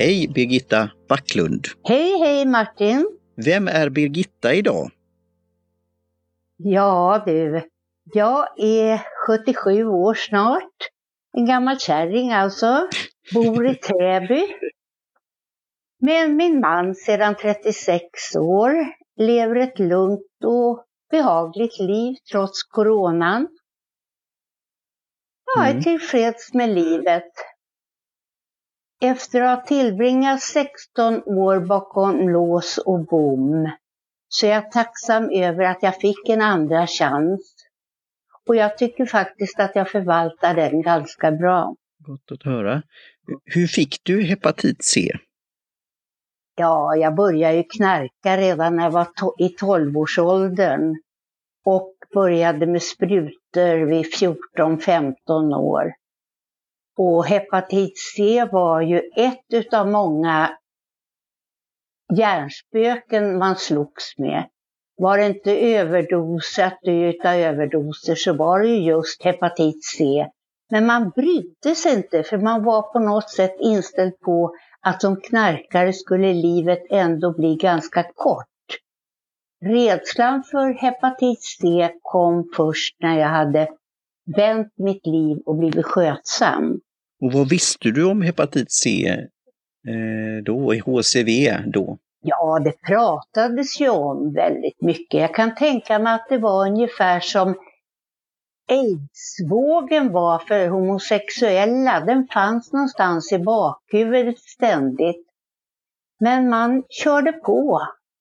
Hej Birgitta Backlund. Hej Martin. Vem är Birgitta idag? Ja du, jag är 77 år snart. En gammal kärring alltså. Bor i Täby. Med min man sedan 36 år. Lever ett lugnt och behagligt liv trots coronan. Jag är tillfreds med livet. Efter att ha tillbringat 16 år bakom lås och bom så är jag tacksam över att jag fick en andra chans. Och jag tycker faktiskt att jag förvaltar den ganska bra. Gott att höra. Hur fick du hepatit C? Ja, jag började ju knarka redan när jag var i 12-årsåldern. Och började med sprutor vid 14-15 år. Och hepatit C var ju ett utav många hjärnspöken man slogs med. Var det inte överdos, att dö utav överdoser, så var det ju just hepatit C. Men man brydde sig inte, för man var på något sätt inställd på att som knarkare skulle livet ändå bli ganska kort. Rädslan för hepatit C kom först när jag hade vänt mitt liv och blivit skötsam. Och vad visste du om hepatit C då, i HCV då? Ja, det pratades ju om väldigt mycket. Jag kan tänka mig att det var ungefär som AIDS-vågen var för homosexuella. Den fanns någonstans i bakhuvudet ständigt. Men man körde på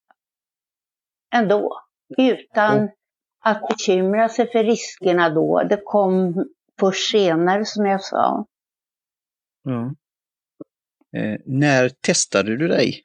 ändå, utan att bekymra sig för riskerna då. Det kom först senare, som jag sa. Ja. När testade du dig?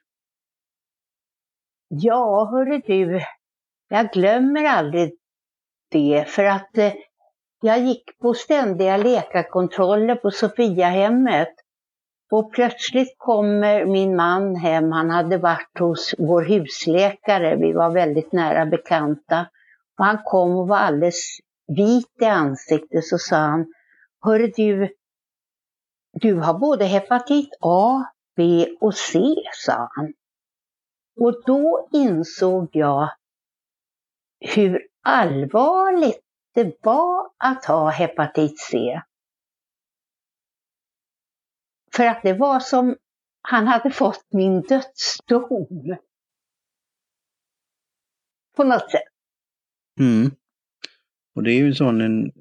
Ja, hörru du, jag glömmer aldrig det, för att jag gick på ständiga läkarkontroller på Sofiahemmet. Och plötsligt kommer min man hem, han hade varit hos vår husläkare, vi var väldigt nära bekanta. Och han kom och var alldeles vit i ansiktet, så sa han: hörru du har både hepatit A, B och C, sa han. Och då insåg jag hur allvarligt det var att ha hepatit C. För att det var som han hade fått min dödsdom. På något sätt. Och det är ju en sån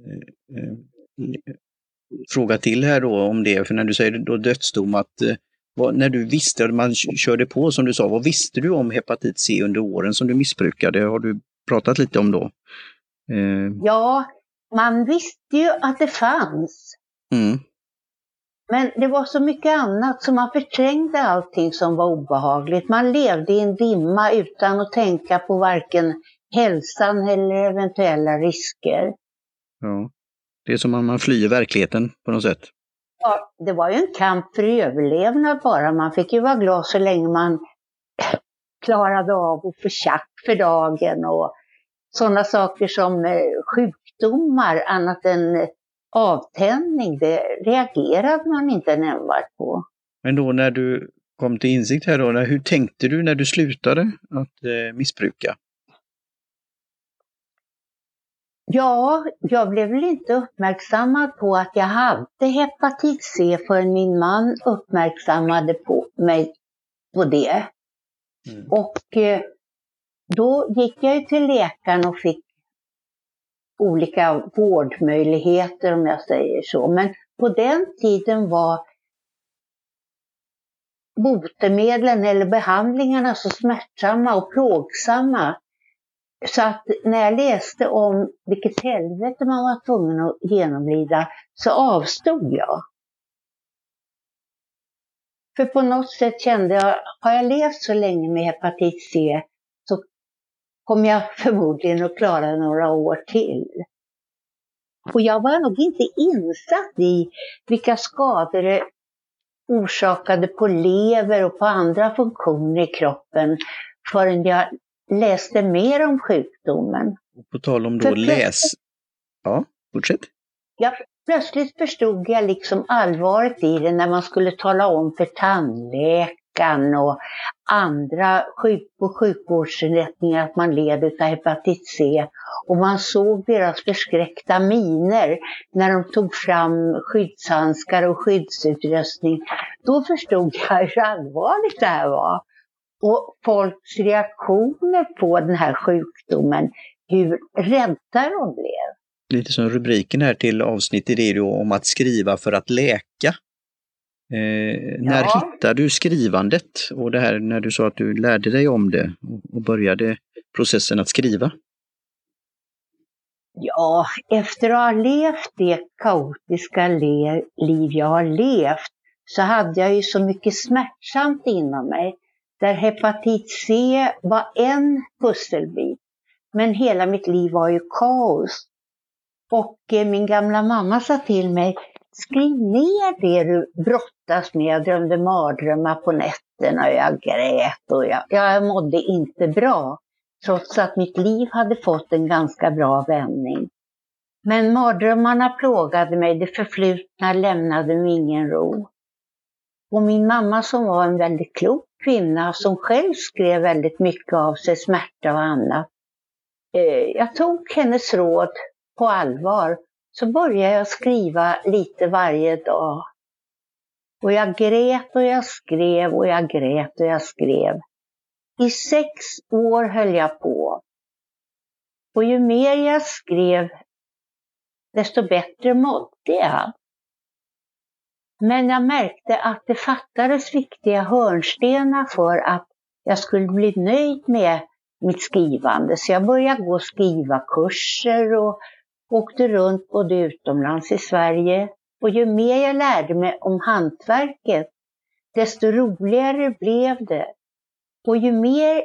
fråga till här då om det. För när du säger då dödsdom, att när du visste att man körde på, som du sa, vad visste du om hepatit C under åren som du missbrukade? Har du pratat lite om då? Ja, man visste ju att det fanns. Men det var så mycket annat, så man förträngde allting som var obehagligt. Man levde i en dimma utan att tänka på varken hälsan eller eventuella risker. Ja, det är som om man flyr verkligheten på något sätt. Ja, det var ju en kamp för överlevnad bara. Man fick ju vara glad så länge man klarade av att få tjack för dagen och sådana saker som sjukdomar, annat än avtändning, det reagerade man inte nämnvärt på. Men då när du kom till insikt här då, hur tänkte du när du slutade att missbruka? Ja, jag blev väl inte uppmärksammad på att jag hade hepatit C förrän min man uppmärksammade på mig på det. Och då gick jag ju till läkaren och fick olika vårdmöjligheter, om jag säger så. Men på den tiden var botemedlen eller behandlingarna så smärtsamma och plågsamma. Så att när jag läste om vilket helvete man var tvungen att genomlida, så avstod jag. För på något sätt kände jag, har jag levt så länge med hepatit C så kommer jag förmodligen att klara några år till. Och jag var nog inte insatt i vilka skador det orsakade på lever och på andra funktioner i kroppen förrän jag läste mer om sjukdomen. På tal om då Ja, fortsätt. Ja, plötsligt förstod jag liksom allvaret i det när man skulle tala om för tandläkaren och andra på sjukvårdsinrättningar att man led av hepatit C. Och man såg deras förskräckta miner när de tog fram skyddshandskar och skyddsutrustning. Då förstod jag hur allvarligt det här var. Och folks reaktioner på den här sjukdomen, hur rädda de blev. Lite som rubriken här till avsnittet är det om att skriva för att läka. När hittade du skrivandet? Och det här när du sa att du lärde dig om det och började processen att skriva? Ja, efter att ha levt det kaotiska liv jag har levt så hade jag ju så mycket smärtsamt inom mig. Där hepatit C var en pusselbit. Men hela mitt liv var ju kaos. Och min gamla mamma sa till mig, skriv ner det du brottas med. Jag drömde mardrömmar på nätterna och jag grät och jag mådde inte bra. Trots att mitt liv hade fått en ganska bra vändning. Men mardrömmarna plågade mig, det förflutna lämnade mig ingen ro. Och min mamma som var en väldigt klok kvinna som själv skrev väldigt mycket av sig, smärta och annat. Jag tog hennes råd på allvar. Så började jag skriva lite varje dag. Och jag grät och jag skrev och jag grät och jag skrev. I 6 år höll jag på. Och ju mer jag skrev, desto bättre mådde jag. Men jag märkte att det fattades viktiga hörnstenar för att jag skulle bli nöjd med mitt skrivande. Så jag började gå skrivarkurser och åkte runt både utomlands i Sverige. Och ju mer jag lärde mig om hantverket, desto roligare blev det. Och ju mer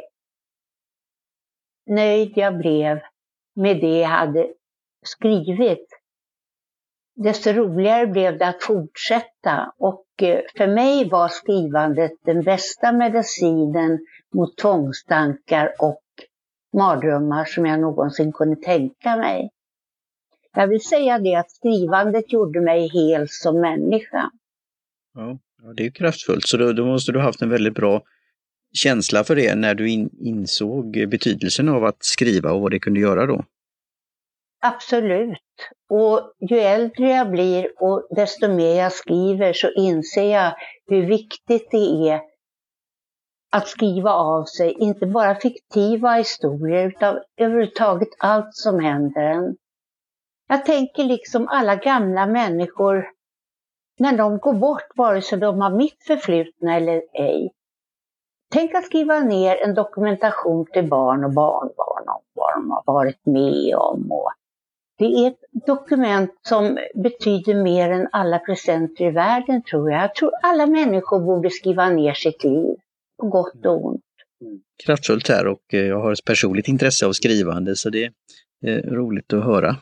nöjd jag blev med det jag hade skrivit, desto roligare blev det att fortsätta. Och för mig var skrivandet den bästa medicinen mot tvångstankar och mardrömmar som jag någonsin kunde tänka mig. Jag vill säga det att skrivandet gjorde mig hel som människa. Ja, det är kraftfullt. Så då måste du ha haft en väldigt bra känsla för det när du insåg betydelsen av att skriva och vad det kunde göra då. Absolut. Och ju äldre jag blir och desto mer jag skriver så inser jag hur viktigt det är att skriva av sig. Inte bara fiktiva historier utan överhuvudtaget allt som händer en. Jag tänker liksom alla gamla människor när de går bort, vare sig de har mitt förflutna eller ej. Tänk att skriva ner en dokumentation till barn och barnbarn om vad de har varit med om. Och det är ett dokument som betyder mer än alla presenter i världen, tror jag. Jag tror alla människor borde skriva ner sitt liv, på gott och ont. Kraftfullt här, och jag har ett personligt intresse av skrivande, så det är roligt att höra.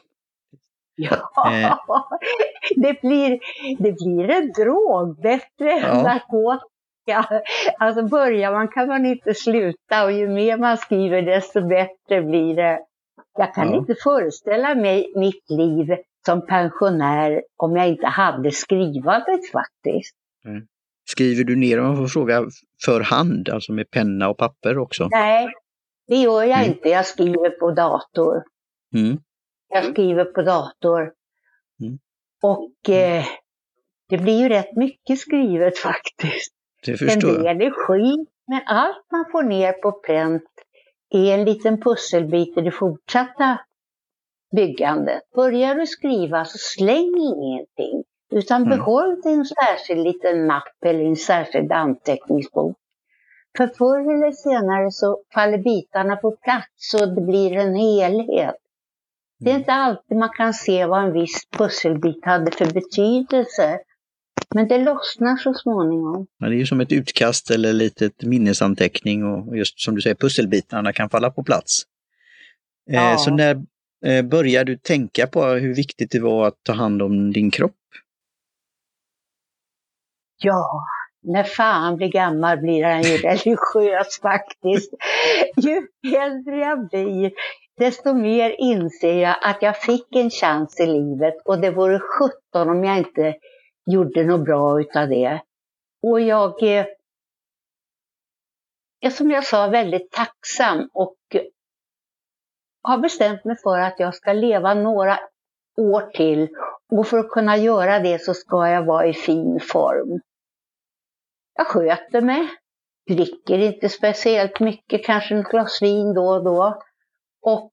Ja, det blir en drog, bättre än narkotika. Alltså kan man inte sluta, och ju mer man skriver desto bättre blir det. Jag kan inte föreställa mig mitt liv som pensionär om jag inte hade skrivandet faktiskt. Mm. Skriver du ner, om man får fråga, för hand, alltså med penna och papper också? Nej, det gör jag inte. Jag skriver på dator. Jag skriver på dator. Och det blir ju rätt mycket skrivet faktiskt. Det förstår jag. En del är skit, men allt man får ner på pränt är en liten pusselbit i det fortsatta byggandet. Börjar du skriva så släng ingenting. Utan behåll en särskild liten mapp eller en särskild anteckningsbok. För förr eller senare så faller bitarna på plats och det blir en helhet. Det är inte alltid man kan se vad en viss pusselbit hade för betydelse. Men det lossnar så småningom. Ja, det är ju som ett utkast eller ett litet minnesanteckning, och just som du säger, pusselbitarna kan falla på plats. Ja. Så när började du tänka på hur viktigt det var att ta hand om din kropp? Ja, när fan blir gammal blir han ju religiös faktiskt. Ju äldre jag blir, desto mer inser jag att jag fick en chans i livet och det vore 17 om jag inte gjorde något bra utav det. Och jag är som jag sa väldigt tacksam och har bestämt mig för att jag ska leva några år till och för att kunna göra det så ska jag vara i fin form. Jag sköter mig, dricker inte speciellt mycket, kanske en glas vin då och då. Och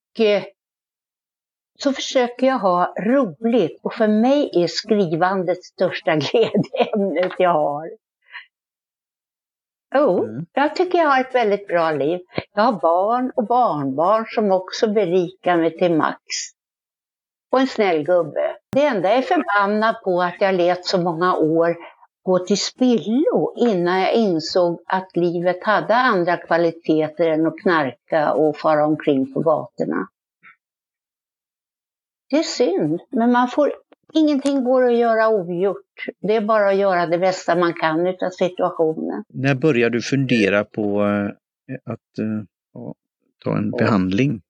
så försöker jag ha roligt och för mig är skrivandet största glädjeämnet jag har. Jag tycker jag har ett väldigt bra liv. Jag har barn och barnbarn som också berikar mig till max. Och en snäll gubbe. Det enda jag är förbannad på att jag lät så många år gå till spillo innan jag insåg att livet hade andra kvaliteter än att knarka och fara omkring på gatorna. Det är synd, men ingenting går att göra ogjort. Det är bara att göra det bästa man kan utav situationen. När började du fundera på att ta en behandling?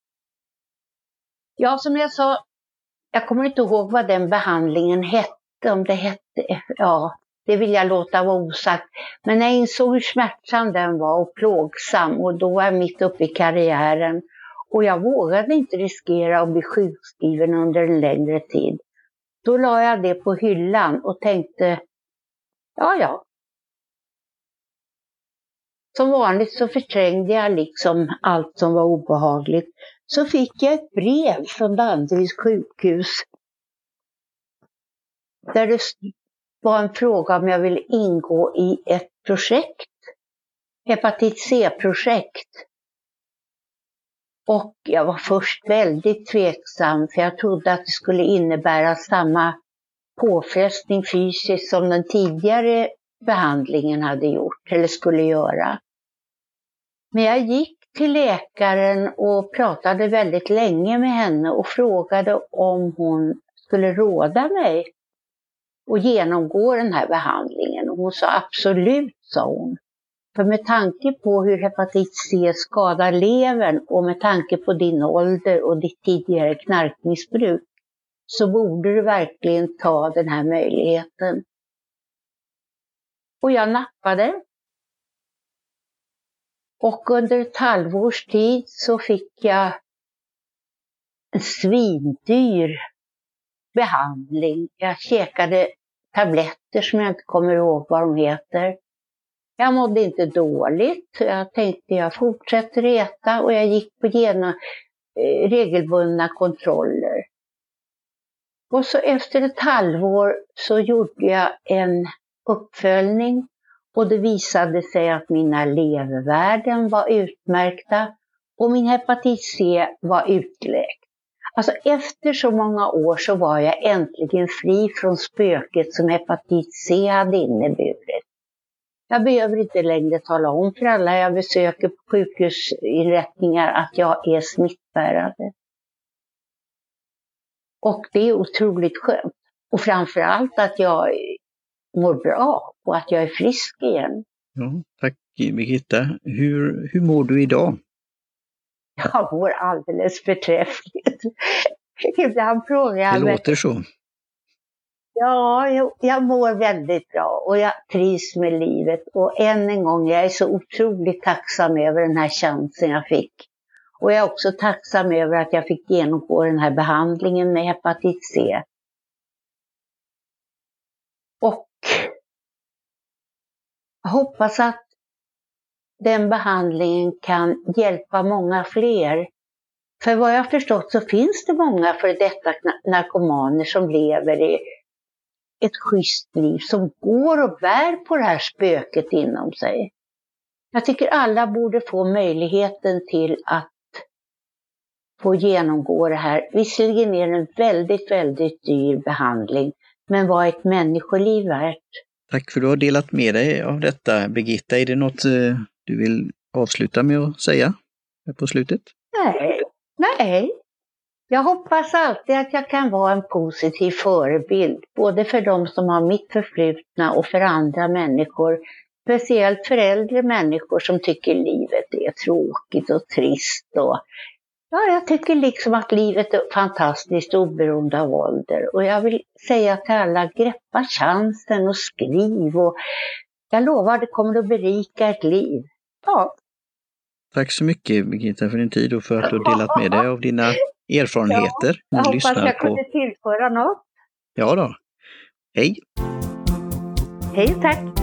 Ja, som jag sa, jag kommer inte ihåg vad den behandlingen hette. Om det hette, det vill jag låta vara osagt. Men jag insåg hur smärtsam den var och plågsam och då var jag mitt uppe i karriären. Och jag vågade inte riskera att bli sjukskriven under en längre tid. Då la jag det på hyllan och tänkte, ja. Som vanligt så förträngde jag liksom allt som var obehagligt. Så fick jag ett brev från Danderyds sjukhus. Där det var en fråga om jag ville ingå i ett projekt. Hepatit C-projekt. Och jag var först väldigt tveksam för jag trodde att det skulle innebära samma påfrestning fysiskt som den tidigare behandlingen hade gjort eller skulle göra. Men jag gick till läkaren och pratade väldigt länge med henne och frågade om hon skulle råda mig att genomgå den här behandlingen. Och hon sa absolut, sa hon. För med tanke på hur hepatit C skadar levern och med tanke på din ålder och ditt tidigare knarkmissbruk så borde du verkligen ta den här möjligheten. Och jag nappade. Och under ett halvårs tid så fick jag en svindyr behandling. Jag käkade tabletter som jag inte kommer ihåg vad de heter. Jag mådde inte dåligt. Jag tänkte jag fortsätter äta och jag gick på regelbundna kontroller. Och så efter ett halvår så gjorde jag en uppföljning och det visade sig att mina levervärden var utmärkta och min hepatit C var utläkt. Alltså efter så många år så var jag äntligen fri från spöket som hepatit C hade inneburit. Jag behöver inte längre tala om för alla jag besöker på sjukhusinrättningar att jag är smittbärare. Och det är otroligt skönt. Och framförallt att jag mår bra och att jag är frisk igen. Ja, tack Birgitta. Hur mår du idag? Jag mår alldeles förträffligt. Ibland frågar jag det låter så. Ja, jag mår väldigt bra och jag trivs med livet. Och än en gång, jag är så otroligt tacksam över den här chansen jag fick. Och jag är också tacksam över att jag fick genomgå den här behandlingen med hepatit C. Och jag hoppas att den behandlingen kan hjälpa många fler. För vad jag förstått så finns det många för detta narkomaner som lever i ett schysst liv, som går och bär på det här spöket inom sig. Jag tycker alla borde få möjligheten till att få genomgå det här. Visserligen är det en väldigt, väldigt dyr behandling, men vad är ett människoliv värt? Tack för att du har delat med dig av detta, Birgitta. Är det något du vill avsluta med att säga på slutet? Nej. Jag hoppas alltid att jag kan vara en positiv förebild, både för de som har mitt förflutna och för andra människor. Speciellt för äldre människor som tycker livet är tråkigt och trist och Ja, jag tycker liksom att livet är fantastiskt oberoende av ålder. Och jag vill säga till alla, greppa chansen och skriv. Och jag lovar, det kommer att berika ett liv. Ja. Tack så mycket Birgitta för din tid och för att du har delat med dig av dina erfarenheter. Jag hoppas jag kunde tillföra något. Ja då. Hej! Hej, tack!